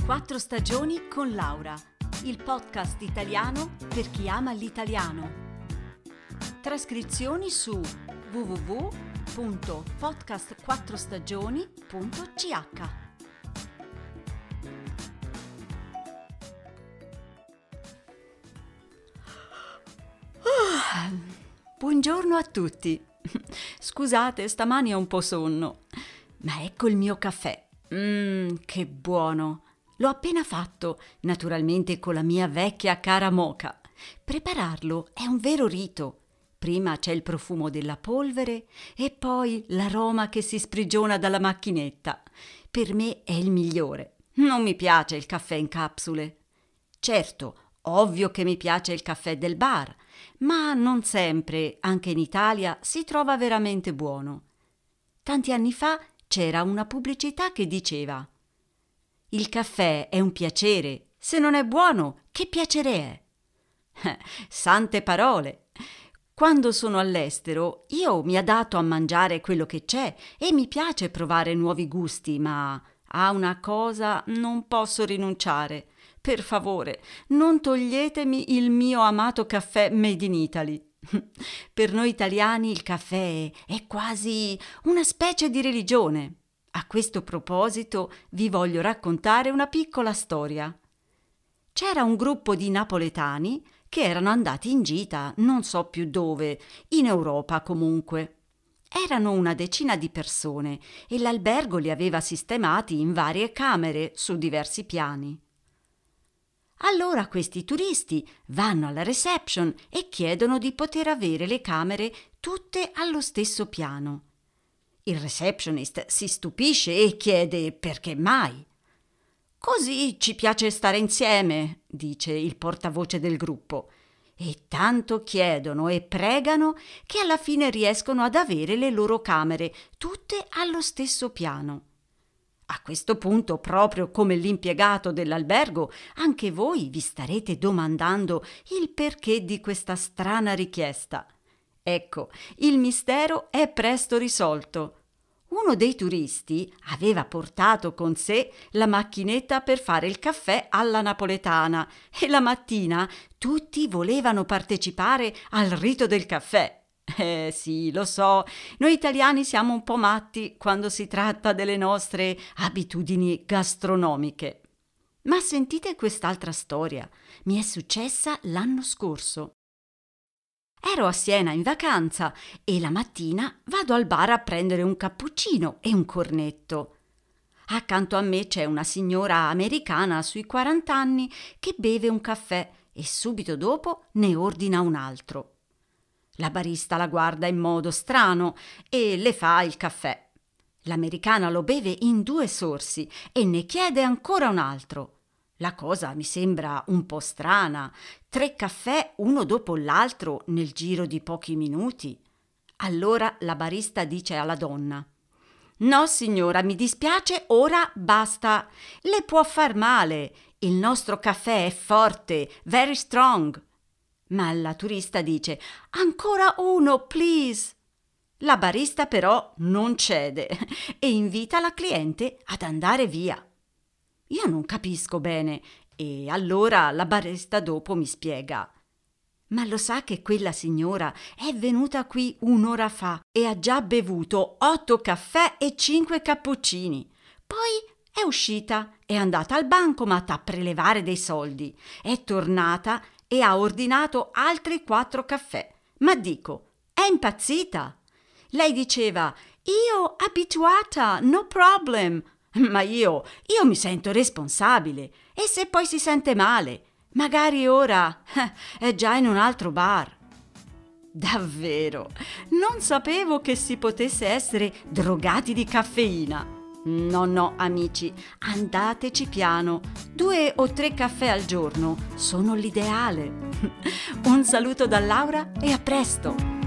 Quattro stagioni con Laura, il podcast italiano per chi ama l'italiano. Trascrizioni su www.podcastquattrostagioni.ch. Buongiorno a tutti. Scusate, stamani ho un po' sonno, ma ecco il mio caffè. Che buono! L'ho appena fatto, naturalmente con la mia vecchia cara moka. Prepararlo è un vero rito. Prima c'è il profumo della polvere e poi l'aroma che si sprigiona dalla macchinetta. Per me è il migliore. Non mi piace il caffè in capsule. Certo, ovvio che mi piace il caffè del bar, ma non sempre, anche in Italia, si trova veramente buono. Tanti anni fa c'era una pubblicità che diceva: «Il caffè è un piacere, se non è buono, che piacere è?» Sante parole! Quando sono all'estero io mi adatto a mangiare quello che c'è e mi piace provare nuovi gusti, ma a una cosa non posso rinunciare. Per favore, non toglietemi il mio amato caffè made in Italy. Per noi italiani il caffè è quasi una specie di religione. A questo proposito vi voglio raccontare una piccola storia. C'era un gruppo di napoletani che erano andati in gita, non so più dove, in Europa comunque. Erano una decina di persone e l'albergo li aveva sistemati in varie camere su diversi piani. Allora questi turisti vanno alla reception e chiedono di poter avere le camere tutte allo stesso piano. Il receptionist si stupisce e chiede perché mai. «Così ci piace stare insieme», dice il portavoce del gruppo. E tanto chiedono e pregano che alla fine riescono ad avere le loro camere tutte allo stesso piano. A questo punto, proprio come l'impiegato dell'albergo, anche voi vi starete domandando il perché di questa strana richiesta. Ecco, il mistero è presto risolto. Uno dei turisti aveva portato con sé la macchinetta per fare il caffè alla napoletana e la mattina tutti volevano partecipare al rito del caffè. Sì, lo so, noi italiani siamo un po' matti quando si tratta delle nostre abitudini gastronomiche. Ma sentite quest'altra storia. Mi è successa l'anno scorso. Ero a Siena in vacanza e la mattina vado al bar a prendere un cappuccino e un cornetto. Accanto a me c'è una signora americana sui 40 anni che beve un caffè e subito dopo ne ordina un altro. La barista la guarda in modo strano e le fa il caffè. L'americana lo beve in 2 sorsi e ne chiede ancora un altro. La cosa mi sembra un po' strana. 3 caffè uno dopo l'altro nel giro di pochi minuti. Allora la barista dice alla donna: «No signora, mi dispiace, ora basta. Le può far male. Il nostro caffè è forte, very strong». Ma la turista dice: «Ancora uno, please». La barista però non cede e invita la cliente ad andare via. Io non capisco bene e allora la barista dopo mi spiega: «Ma lo sa che quella signora è venuta qui 1 ora fa e ha già bevuto 8 caffè e 5 cappuccini. Poi è uscita, è andata al bancomat a prelevare dei soldi, è tornata e ha ordinato altri 4 caffè. Ma dico, è impazzita! Lei diceva: "Io abituata, no problem". Ma io mi sento responsabile. E se poi si sente male? Magari ora è già in un altro bar». Davvero, non sapevo che si potesse essere drogati di caffeina. No, amici, andateci piano. 2 o 3 caffè al giorno sono l'ideale. Un saluto da Laura e a presto!